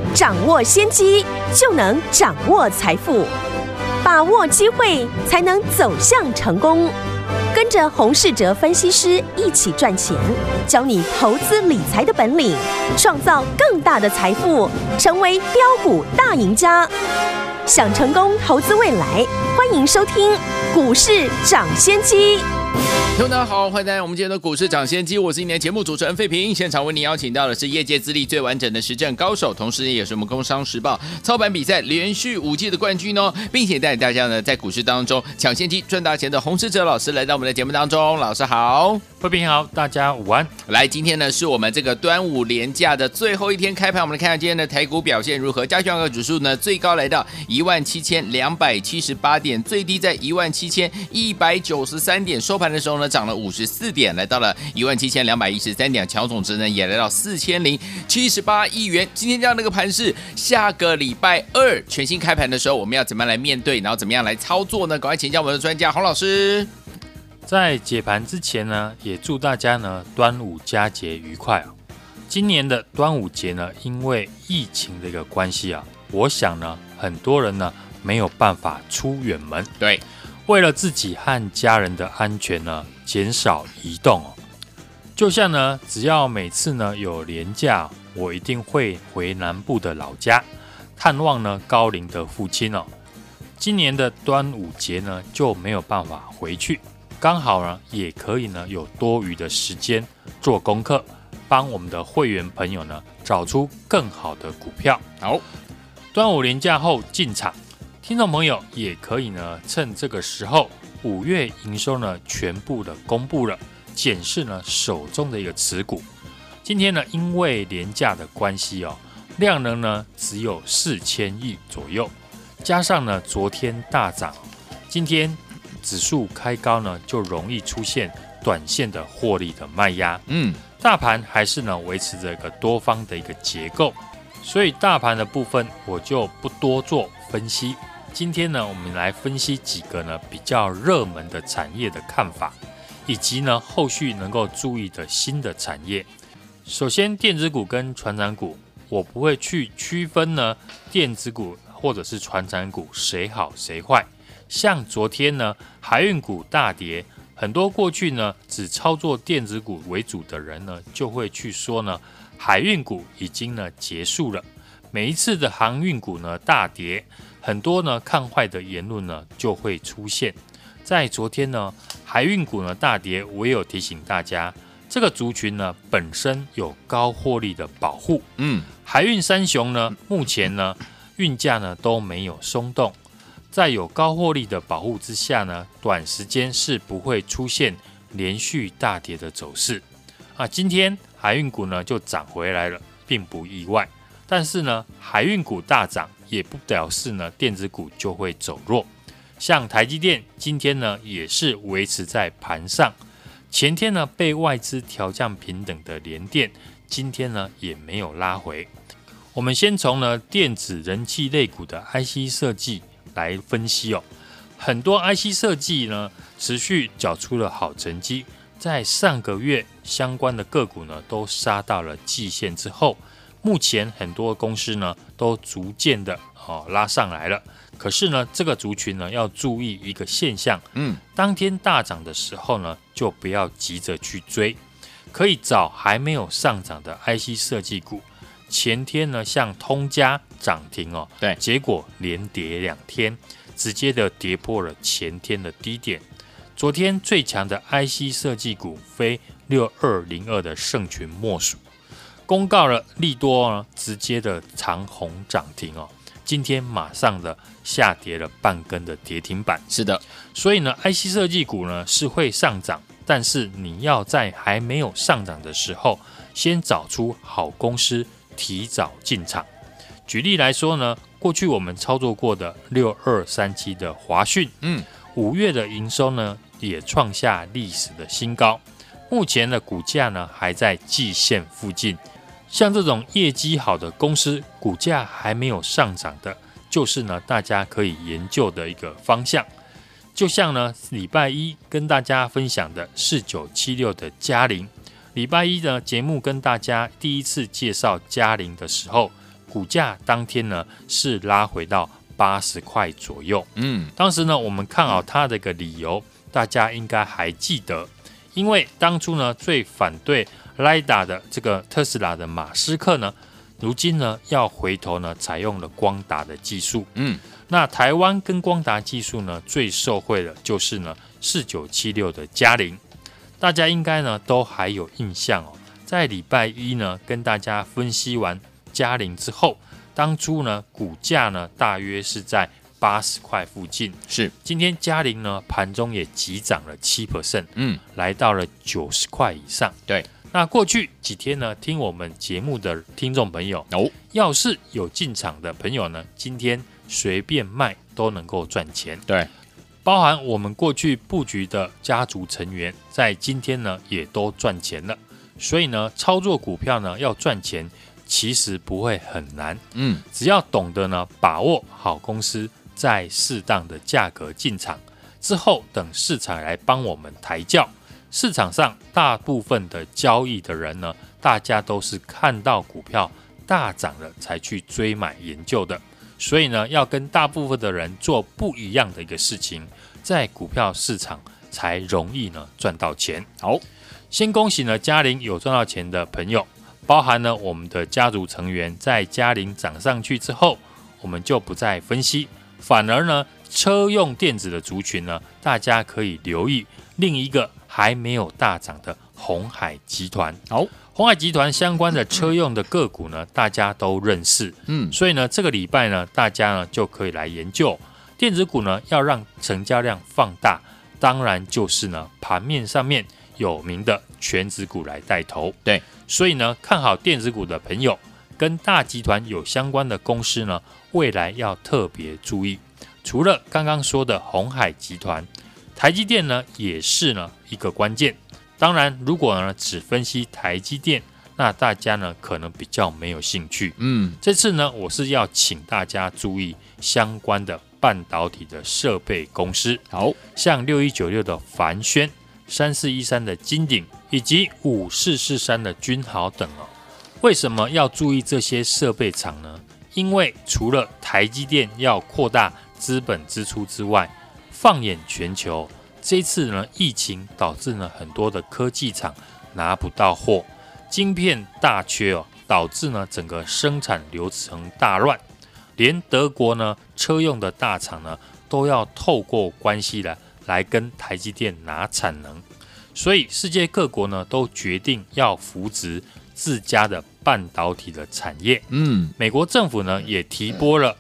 掌握先机，就能掌握财富。把握机会，才能走向成功。跟着洪士哲分析师一起赚钱，教你投资理财的本领，创造更大的财富，成为标股大赢家。想成功投资未来，欢迎收听股市涨先机。 听众大家好，欢迎来到我们今天的股市涨先机，我是今天的节目主持人费平。现场为您邀请到的是业界资历最完整的实战高手，同时也是我们工商时报操盘比赛连续5季的冠军哦，并且带领大家呢在股市当中抢先机赚大钱的洪士哲老师来到我们的节目当中。老师好。 费平好，大家午安。 来，今天呢是我们这个端午连假的最后一天开盘，我们来看看今天的台股表现如何。加权指数呢最高来到17278点，最低在17193点，收盘的时候呢涨了54点，来到了17213点，成交总值呢也来到4078亿元。今天这样的一个盘势，下个礼拜二全新开盘的时候，我们要怎么样来面对，然后怎么样来操作呢？赶快请教我们的专家洪老师。 在解盘之前呢，也祝大家呢端午佳节愉快啊！今年的端午节呢，因为疫情的一个关系啊，我想呢，很多人呢没有办法出远门。 对， 为了自己和家人的安全呢，减少移动哦。就像呢，只要每次呢有连假，我一定会回南部的老家探望呢高龄的父亲哦。今年的端午节呢就没有办法回去。刚好呢，也可以呢有多余的时间做功课，帮我们的会员朋友呢找出更好的股票。 好， 端午连假后进场，听众朋友也可以呢趁这个时候，5月营收呢全部的公布了，检视呢手中的一个持股。今天呢因为连假的关系哦，量能呢只有4000亿左右，加上呢昨天大涨，今天指数开高呢，就容易出现短线的获利的卖压。大盘还是呢维持着一个多方的一个结构，所以大盘的部分我就不多做分析。今天呢，我们来分析几个呢比较热门的产业的看法，以及呢后续能够注意的新的产业。首先，电子股跟传产股，我不会去区分呢电子股或者是传产股谁好谁坏。像昨天呢，海运股大跌，很多过去呢只操作电子股为主的人呢，就会去说呢，海运股已经呢结束了。每一次的航运股呢大跌，很多呢看坏的言论呢就会出现。在昨天呢，海运股呢大跌，我也有提醒大家，这个族群呢本身有高获利的保护。海运三雄呢，目前呢运价呢都没有松动。在有高获利的保护之下呢，短时间是不会出现连续大跌的走势啊。今天海运股呢就涨回来了，并不意外。但是呢，海运股大涨也不表示呢电子股就会走弱。像台积电今天呢也是维持在盘上，前天呢被外资调降平等的联电，今天呢也没有拉回。我们先从呢电子人气类股的 IC 设计来分析哦，很多 IC 设计呢持续缴出了好成绩，在上个月相关的个股呢都杀到了季线之后，目前很多公司呢都逐渐的拉上来了。可是呢，这个族群呢要注意一个现象，当天大涨的时候呢，就不要急着去追，可以找还没有上涨的 IC 设计股。前天呢，像通家涨停哦， 对， 结果连跌2天，直接的跌破了前天的低点。昨天最强的 IC 设计股非6202的盛群莫属，公告了利多呢，直接的长红涨停哦。今天马上的下跌了半根的跌停板。 是的， 所以呢 IC 设计股呢是会上涨，但是你要在还没有上涨的时候，先找出好公司，提早进场。举例来说呢，过去我们操作过的6237的华讯，5月的营收呢也创下历史的新高，目前的股价呢还在季线附近。像这种业绩好的公司，股价还没有上涨的，就是呢大家可以研究的一个方向。就像呢礼拜一跟大家分享的4976的嘉凌，礼拜一的节目跟大家第一次介绍嘉凌的时候， 股价当天呢是拉回到80块左右。当时呢我们看好它的一个理由，大家应该还记得，因为当初呢最反对 LiDAR 的这个特斯拉的马斯克呢，如今呢要回头呢采用了光达的技术。那台湾跟光达技术呢最受惠的就是呢4976的嘉陵，大家应该呢都还有印象哦。在礼拜一呢跟大家分析完嘉陵之后，当初呢股价呢大约是在80块附近， 是今天嘉陵呢盘中也急涨了7%，来到了90块以上。 对， 那过去几天呢听我们节目的听众朋友要是有进场的朋友呢，今天随便卖都能够赚钱。 对， 包含我们过去布局的家族成员，在今天呢也都赚钱了。所以呢，操作股票呢要赚钱，其实不会很难。只要懂得呢把握好公司，在适当的价格进场之后，等市场来帮我们抬轿。市场上大部分的交易的人呢，大家都是看到股票大涨了才去追买研究的。所以呢，要跟大部分的人做不一样的一个事情，在股票市场才容易呢赚到钱。好，先恭喜呢嘉陵有赚到钱的朋友，包含呢我们的家族成员，在嘉陵涨上去之后，我们就不再分析，反而呢车用电子的族群呢，大家可以留意另一个还没有大涨的鸿海集团。好，鸿海集团相关的车用的个股呢，大家都认识。所以呢，这个礼拜呢，大家呢就可以来研究电子股呢，要让成交量放大，当然就是呢盘面上面有名的全指股来带头。对，所以呢，看好电子股的朋友，跟大集团有相关的公司呢，未来要特别注意。除了刚刚说的鸿海集团，台积电呢也是呢一个关键。当然，如果呢只分析台积电，那大家呢可能比较没有兴趣。这次呢我是要请大家注意相关的半导体的设备公司，好，像6196的凡轩、3413的金鼎以及5443的君豪等哦。为什么要注意这些设备厂呢？因为除了台积电要扩大资本支出之外，放眼全球，这一次呢疫情导致呢很多的科技厂拿不到货，晶片大缺哦，导致呢整个生产流程大乱，连德国呢车用的大厂呢都要透过关系来跟台积电拿产能，所以世界各国呢都决定要扶植自家的半导体的产业。美国政府呢也提拨了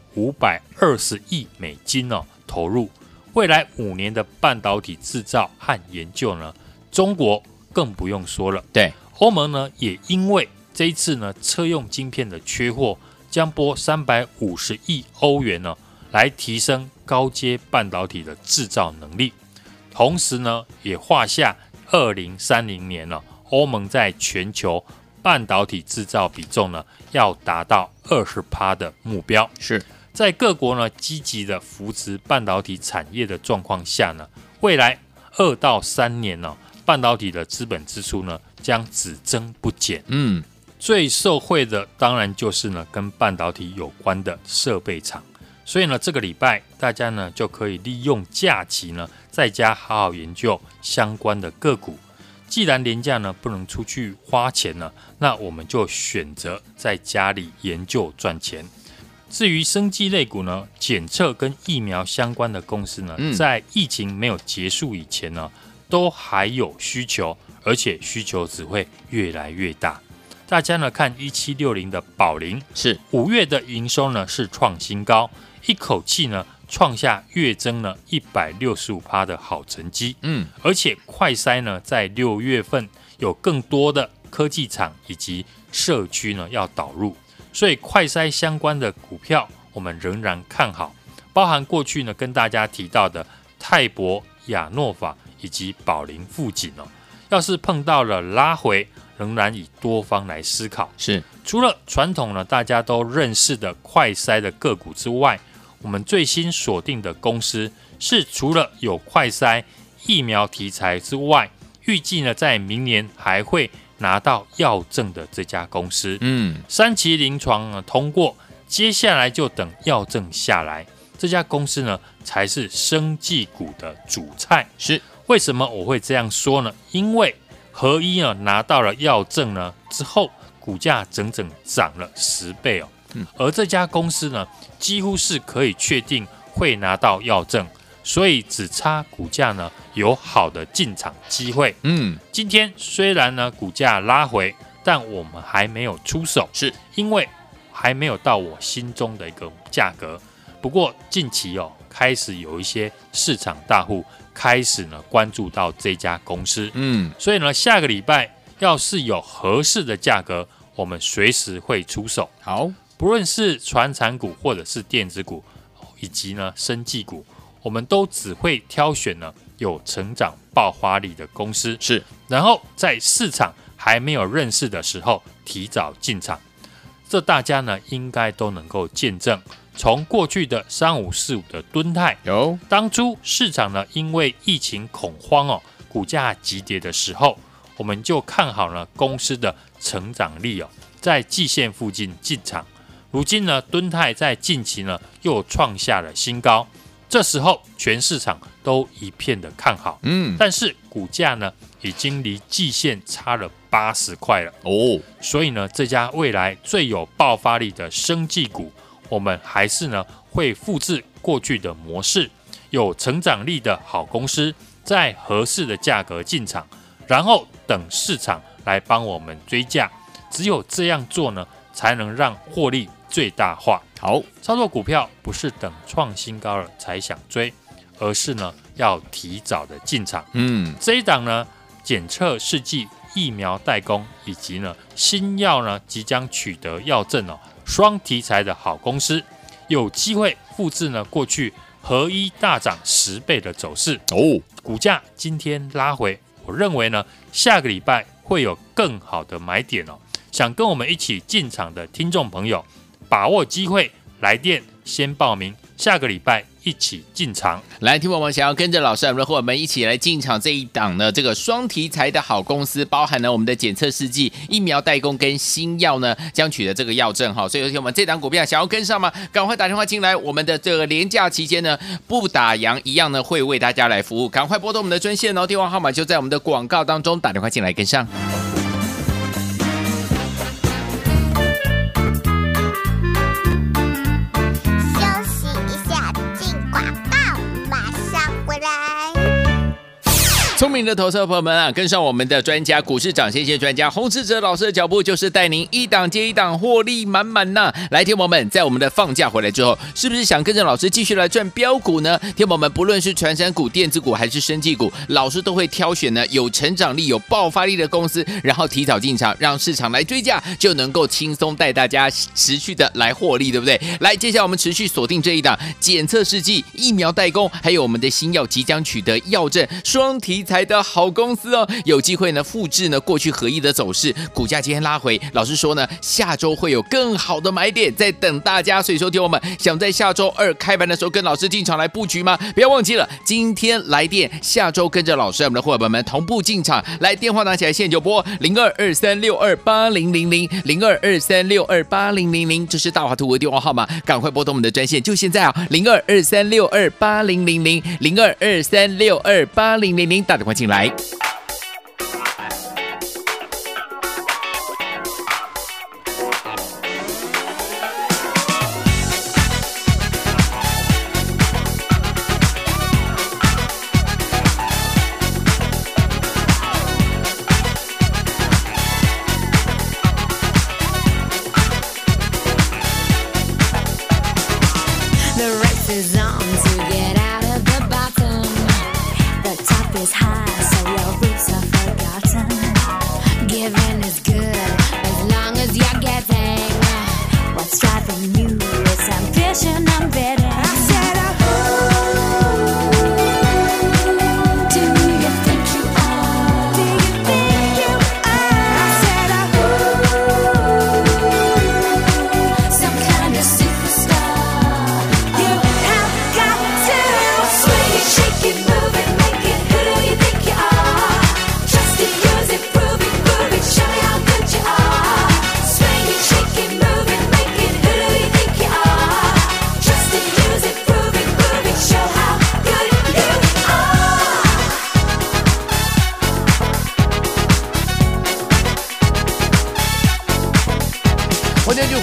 520亿美金哦投入，未来5年的半导体制造和研究呢，中国更不用说了。对，欧盟呢也因为这一次呢车用晶片的缺货，将拨350亿欧元呢来提升高阶半导体的制造能力，同时呢也画下2030年了欧盟在全球半导体制造比重呢要达到20%的目标。是在各国呢积极的扶持半导体产业的状况下呢，未来2到3年呢，半导体的资本支出呢将只增不减。最受惠的当然就是呢跟半导体有关的设备厂。所以呢，这个礼拜大家呢就可以利用假期呢，在家好好研究相关的个股。既然连假呢不能出去花钱呢，那我们就选择在家里研究赚钱。至于生技类股呢，检测跟疫苗相关的公司呢，在疫情没有结束以前呢，都还有需求，而且需求只会越来越大。大家呢看1760的宝龄，是5月的营收呢是创新高，一口气呢创下月增呢165%的好成绩。而且快筛呢在6月份有更多的科技厂以及社区呢要导入，所以快筛相关的股票我们仍然看好，包含过去呢跟大家提到的泰博、亚诺法以及宝龄富锦哦。要是碰到了拉回，仍然以多方来思考。是除了传统呢大家都认识的快筛的个股之外，我们最新锁定的公司是除了有快筛疫苗题材之外，预计呢在明年还会拿到药证的这家公司。 3 期临床呢通过，接下来就等药证下来，这家公司呢才是生技股的主菜。 是为什么我会这样说呢？因为合一呢拿到了药证呢之后，股价整整涨了10倍哦。而这家公司呢，几乎是可以确定会拿到药证，所以只差股价呢有好的进场机会。今天虽然呢股价拉回，但我们还没有出手，是因为还没有到我心中的一个价格。不过近期开始有一些市场大户开始呢关注到这家公司，所以呢下个礼拜要是有合适的价格，我们随时会出手。 好， 不论是传产股或者是电子股，以及呢生技股，我们都只会挑选呢有成长爆发力的公司， 是， 然后在市场还没有认识的时候提早进场。这大家呢应该都能够见证。从过去的3545的敦泰，当初市场呢因为疫情恐慌股价急跌的时候，我们就看好了公司的成长力在季线附近进场。如今呢，敦泰在近期呢又创下了新高，这时候全市场都一片的看好，但是股价呢已经离季线差了80块了所以呢，这家未来最有爆发力的生技股，我们还是呢会复制过去的模式，有成长力的好公司，在合适的价格进场，然后等市场来帮我们追价。只有这样做呢，才能让获利最大化。 好， 操作股票不是等创新高了才想追，而是呢要提早的进场。这一档呢，检测试剂、疫苗代工以及呢新药呢即将取得药证双题材的好公司，有机会复制呢过去合一大涨10倍的走势股价今天拉回，我认为呢下个礼拜会有更好的买点想跟我们一起进场的听众朋友，把握机会来电先报名，下个礼拜一起进场。 来，听我们想要跟着老师我们的伙伴们一起来进场这一档呢这个双题材的好公司，包含了我们的检测试剂、疫苗代工跟新药呢将取得这个药证所以有听我们这档股票想要跟上吗？赶快打电话进来，我们的这个连假期间呢不打烊一样呢会为大家来服务，赶快拨通我们的专线电话号码就在我们的广告当中，打电话进来跟上。聪明的投资者朋友们跟上我们的专家股市涨先线专家洪士哲老师的脚步，就是带您一档接一档获利满满呐！来，听友们，在我们的放假回来之后，是不是想跟着老师继续来赚标股呢？听友们，不论是传产股、电子股还是生技股，老师都会挑选呢有成长力、有爆发力的公司，然后提早进场，让市场来追价，就能够轻松带大家持续的来获利，对不对？来，接下来我们持续锁定这一档检测试剂、疫苗代工，还有我们的新药即将取得药证双题材的好公司有机会呢复制呢过去合一的走势，股价今天拉回，老师说呢下周会有更好的买点在等大家，所以说听我们想在下周2开盘的时候跟老师进场来布局吗？不要忘记了今天来电，下周跟着老师我们的伙伴们同步进场，来电话拿起来现在就拨0223628000 0223628000，这是大华图的电话号码，赶快拨通我们的专线，就现在0223628000 0223628000，打电话进来。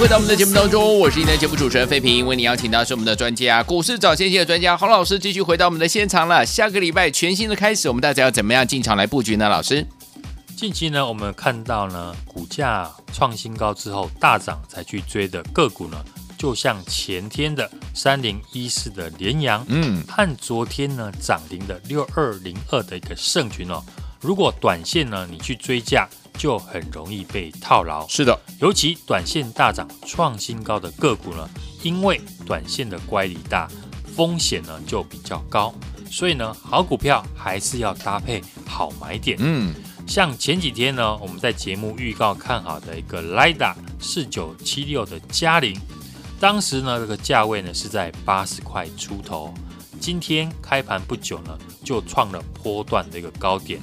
回到我们的节目当中，我是你的节目主持人费平，为你邀请到是我们的专家股市早先机的专家洪老师，继续回到我们的现场了。下个礼拜全新的开始，我们大家要怎么样进场来布局呢？老师， 近期呢，我们看到呢，股价创新高之后大涨才去追的个股呢，就像前天的3014的联阳，和昨天呢涨停的6202的一个盛群哦。如果短线呢你去追价，就很容易被套牢。 是的， 尤其短线大涨创新高的个股呢，因为短线的乖离大，风险呢就比较高，所以呢，好股票还是要搭配好买点。像前几天呢，我们在节目预告看好的一个 LIDA 4976的嘉陵，当时呢这个价位呢是在80块出头，今天开盘不久呢就创了波段的一个高点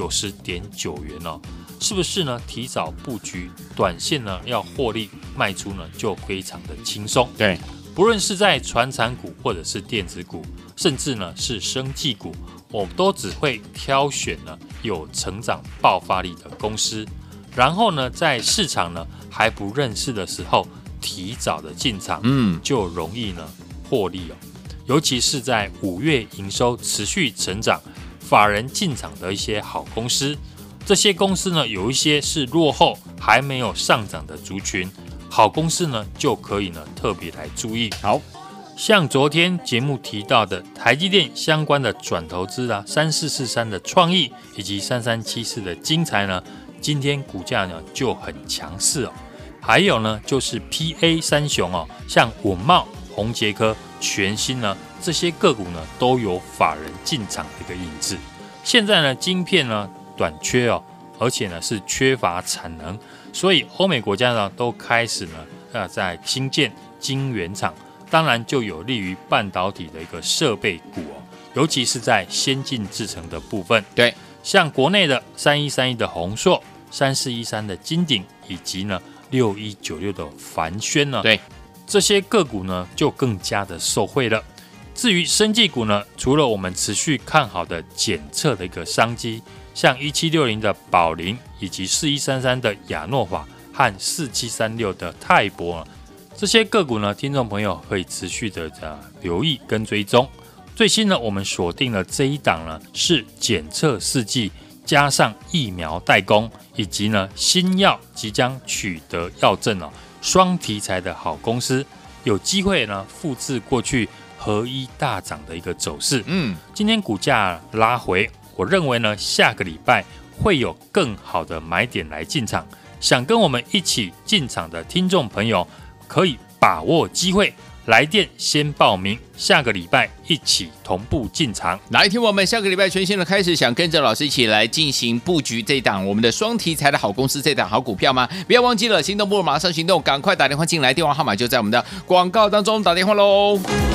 ，90.9元哦。是不是呢？提早布局，短线呢要获利卖出呢，就非常的轻松。 对， 不论是在传产股或者是电子股，甚至呢是生技股，我们都只会挑选呢有成长爆发力的公司，然后呢在市场呢还不认识的时候，提早的进场，就容易呢获利哦。尤其是在5月营收持续成长，法人进场的一些好公司。这些公司呢，有一些是落后还没有上涨的族群，好公司呢就可以呢特别来注意。 好， 像昨天节目提到的台积电相关的转投资啊，3443的创意以及3374的精材呢，今天股价呢就很强势哦。还有呢就是 PA 三雄哦，像稳懋、宏捷科、全新呢这些个股呢都有法人进场的一个影子。现在呢晶片呢短缺哦，而且呢是缺乏产能，所以欧美国家呢都开始呢在新建晶圆厂，当然就有利于半导体的一个设备股哦，尤其是在先进制程的部分。 对， 像国内的3131的宏硕、3413的金鼎，以及呢6196的凡轩呢， 对， 这些个股呢就更加的受惠了。至于生技股呢，除了我们持续看好的检测的一个商机，像1760的宝林，以及4133的亚诺法和4736的泰博，这些个股呢，听众朋友可以持续的留意跟追踪。最新呢，我们锁定了这一档呢，是检测试剂加上疫苗代工，以及呢新药即将取得药证哦，双题材的好公司，有机会呢复制过去合一大涨的一个走势。今天股价拉回，我认为呢下个礼拜会有更好的买点来进场。想跟我们一起进场的听众朋友，可以把握机会，来电先报名，下个礼拜一起同步进场。 来听我们下个礼拜全新的开始，想跟着老师一起来进行布局这档我们的双题材的好公司，这档好股票吗？不要忘记了，心动不如马上行动，赶快打电话进来，电话号码就在我们的广告当中，打电话喽。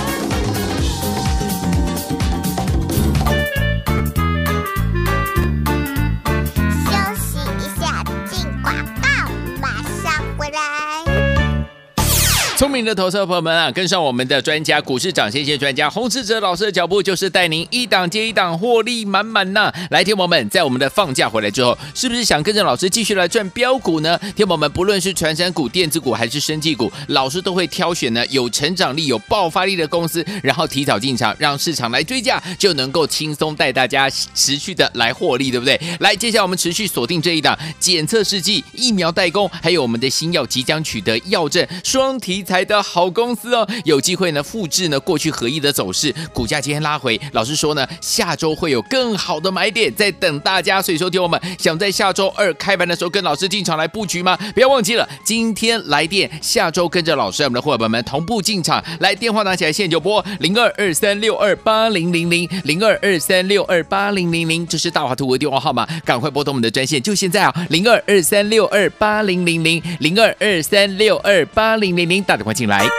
聪明的投资者朋友们啊，跟上我们的专家股市涨先线专家洪士哲老师的脚步，就是带您一档接一档获利满满呐！来，听我们在我们的放假回来之后，是不是想跟着老师继续来赚标股呢？听我们不论是传产股、电子股还是生技股，老师都会挑选呢有成长力、有爆发力的公司，然后提早进场，让市场来追价，就能够轻松带大家持续的来获利，对不对？来，接下来我们持续锁定这一档检测试剂、疫苗代工，还有我们的新药即将取得药证，双题材的好公司哦，有机会呢复制呢过去合一的走势，股价今天拉回，老师说呢下周会有更好的买点在等大家，所以说听我们想在下周二开盘的时候跟老师进场来布局吗？不要忘记了，今天来电，下周跟着老师我们的伙伴们同步进场，来电话拿起来现在就拨0223628000，0223628000，这是大华图的电话号码，赶快拨通我们的专线，就现在啊，0223628000，0223628000，打电话进来。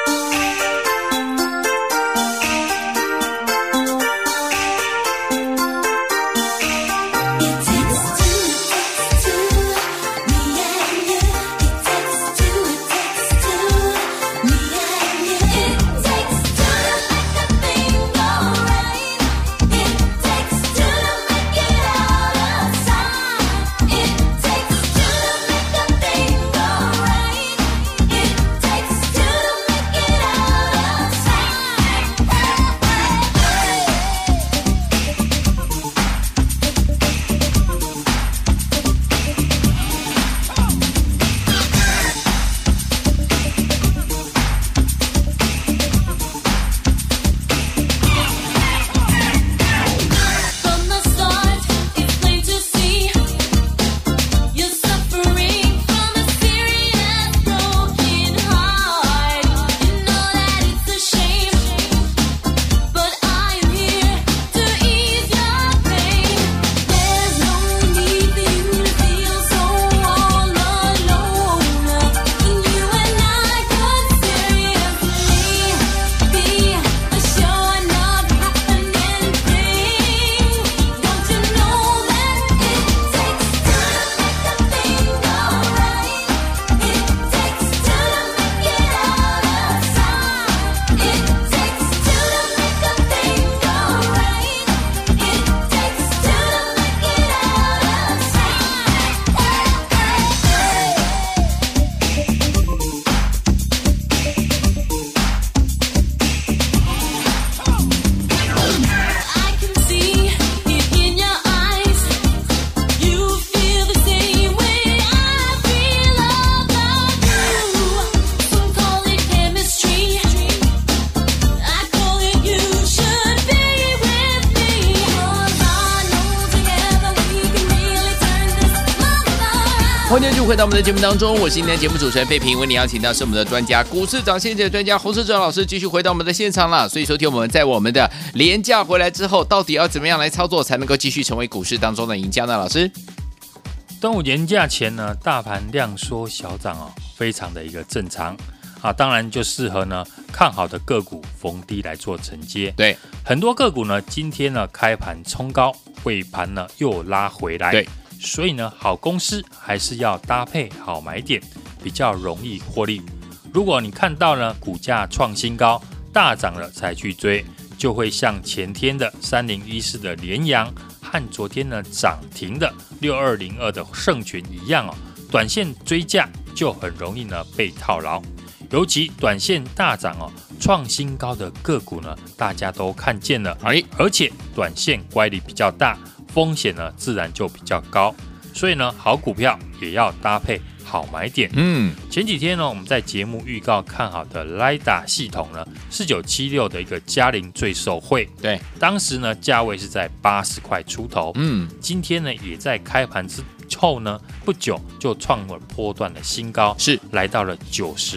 天就回到我们的节目当中，我是今天的节目主持人费平，为你邀请到是我们的专家股市涨先机的专家洪士哲老师，继续回到我们的现场了。所以收听我们在我们的连假回来之后，到底要怎么样来操作才能够继续成为股市当中的赢家呢？老师， 端午连假前呢，大盘量缩小涨哦，非常的一个正常啊，当然就适合呢看好的个股逢低来做承接。 对， 很多个股呢今天呢开盘冲高，尾盘呢又拉回来。 对。 所以呢，好公司还是要搭配好买点，比较容易获利。如果你看到呢股价创新高大涨了才去追，就会像前天的3014的联阳和昨天呢涨停的6202的盛群一样哦，短线追价就很容易呢被套牢。尤其短线大涨哦，创新高的个股呢，大家都看见了，而且短线乖离比较大。风险呢自然就比较高，所以呢好股票也要搭配好买点。前几天呢我们在节目预告看好的 LiDAR 系统呢4976的一个嘉陵最受惠， 对， 当时呢价位是在80块出头。今天呢也在开盘之后呢不久就创了波段的新高， 是来到了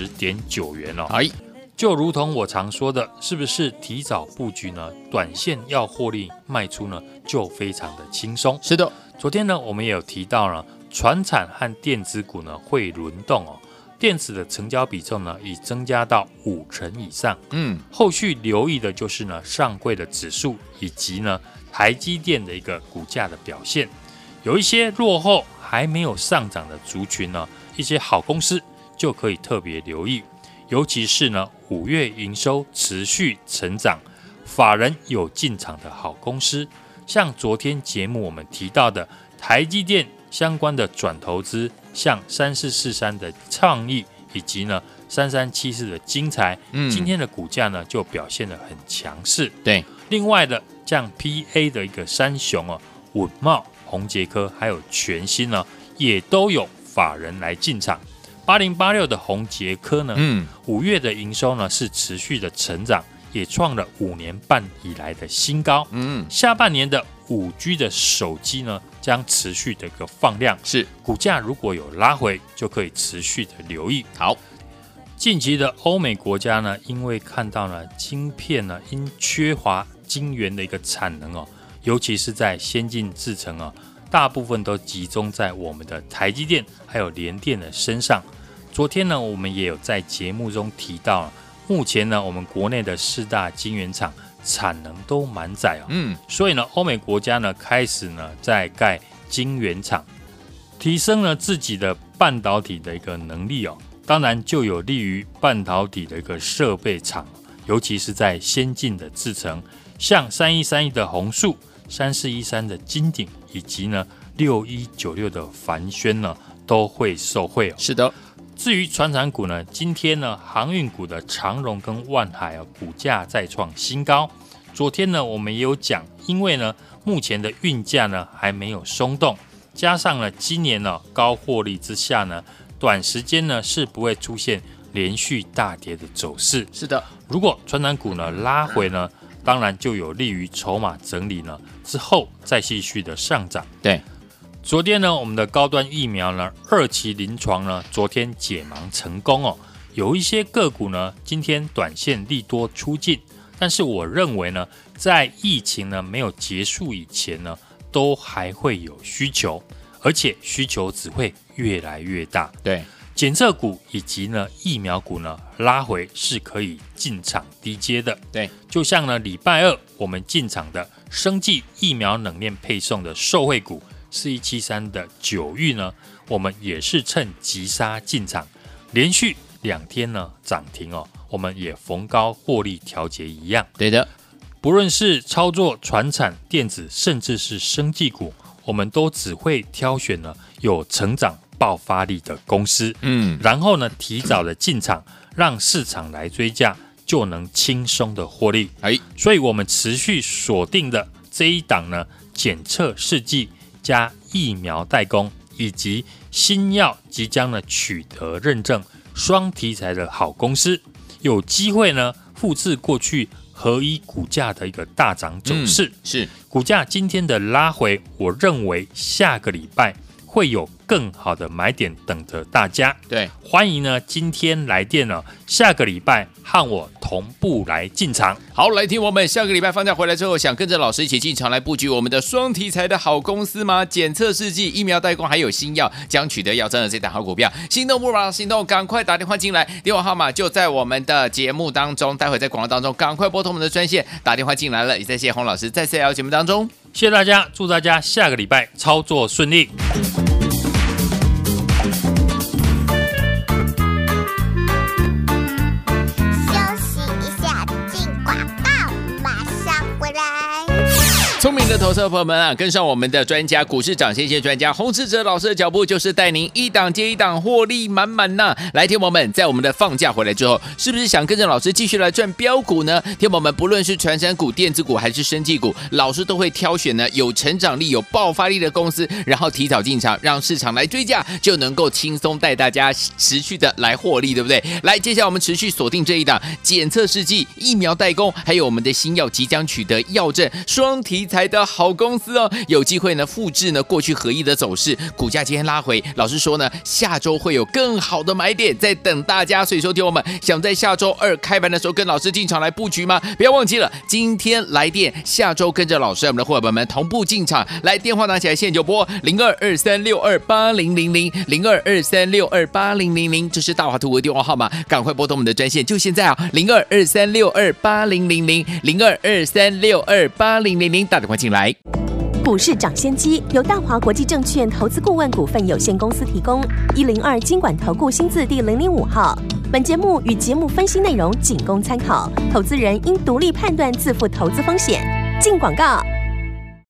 90.9元哦。 就如同我常说的，是不是提早布局呢？短线要获利卖出呢，就非常的轻松。 是的， 昨天呢，我们也有提到了，传产和电子股呢会轮动哦。电子的成交比重呢已增加到50%以上。后续留意的就是呢上柜的指数以及呢台积电的一个股价的表现。有一些落后还没有上涨的族群呢，一些好公司就可以特别留意。尤其是呢5月营收持续成长，法人有进场的好公司，像昨天节目我们提到的台积电相关的转投资，像3443的创意以及呢3374的精材，今天的股价呢就表现得很强势。 对， 另外的像 PA 的一个三雄哦，稳懋、宏捷科还有全新呢，也都有法人来进场。8086的宏捷科呢，5月的营收呢是持续的成长，也创了5年半以来的新高。下半年的5G 的手机呢将持续的一个放量， 是股价如果有拉回，就可以持续的留意。 好， 近期的欧美国家呢，因为看到呢晶片呢因缺乏晶圆的一个产能哦，尤其是在先进制程哦，大部分都集中在我们的台积电还有联电的身上。昨天呢，我们也有在节目中提到，目前呢，我们国内的4大晶圆厂产能都满载哦。所以呢，欧美国家呢开始呢在盖晶圆厂，提升了自己的半导体的一个能力哦。当然就有利于半导体的一个设备厂，尤其是在先进的制程，像3131的弘塑、3413的金鼎以及呢6196的凡轩呢，都会受惠哦。 是的。 至于传产股呢，今天呢航运股的长荣跟万海股价再创新高。昨天呢我们也有讲，因为呢目前的运价呢还没有松动，加上呢今年呢高获利之下呢，短时间呢是不会出现连续大跌的走势。 是的， 如果传产股呢拉回呢，当然就有利于筹码整理呢之后再继续的上涨。 对。 昨天呢，我们的高端疫苗呢，2期临床呢，昨天解盲成功哦。有一些个股呢，今天短线利多出尽，但是我认为呢，在疫情呢没有结束以前呢，都还会有需求，而且需求只会越来越大。 对， 检测股以及呢疫苗股呢拉回是可以进场低接的。 对， 就像呢礼拜二我们进场的生技疫苗冷链配送的受惠股。4173的九玉呢，我们也是趁急杀进场，连续2天呢涨停哦，我们也逢高获利调节一样。 对的， 不论是操作传产、电子，甚至是生技股，我们都只会挑选呢有成长爆发力的公司，然后呢提早的进场，让市场来追价，就能轻松的获利。所以我们持续锁定的这一档呢，检测试剂加疫苗代工以及新药即将呢取得认证双题材的好公司，有机会呢复制过去合一股价的一个大涨走势。 是股价今天的拉回，我认为下个礼拜会有更好的买点等着大家。 对， 欢迎呢今天来电了，下个礼拜和我同步来进场。 好，来听我们下个礼拜放假回来之后，想跟着老师一起进场来布局我们的双题材的好公司吗？检测试剂、疫苗代工还有新药将取得要证的这档好股票，心动不马行动，赶快打电话进来，电话号码就在我们的节目当中，待会在广告当中赶快拨通我们的专线打电话进来了。也再谢谢洪老师再次来到节目当中， 谢谢大家，祝大家下个礼拜操作顺利。 聪明的投资者朋友们啊，跟上我们的专家股市涨先线专家洪士哲老师的脚步，就是带您一档接一档获利满满呐！来，听友们，在我们的放假回来之后，是不是想跟着老师继续来赚标股呢？听友们，不论是传产股、电子股还是生技股，老师都会挑选呢有成长力、有爆发力的公司，然后提早进场，让市场来追价，就能够轻松带大家持续的来获利，对不对？来，接下来我们持续锁定这一档检测试剂、疫苗代工，还有我们的新药即将取得药证，双题材的好公司哦，有机会呢复制呢过去合一的走势，股价今天拉回，老师说呢下周会有更好的买点在等大家，所以说听我们想在下周二开盘的时候跟老师进场来布局吗？不要忘记了，今天来电，下周跟着老师我们的伙伴们同步进场，来电话拿起来现就拨02236280000223628000，这是大华图的电话号码，赶快拨通我们的专线，就现在啊，02236280000223628000，打电话进来。 股市涨先机由大华国际证券投资顾问股份有限公司提供，102金管投顾新字第005号。本节目与节目分析内容仅供参考，投资人应独立判断，自负投资风险。进广告。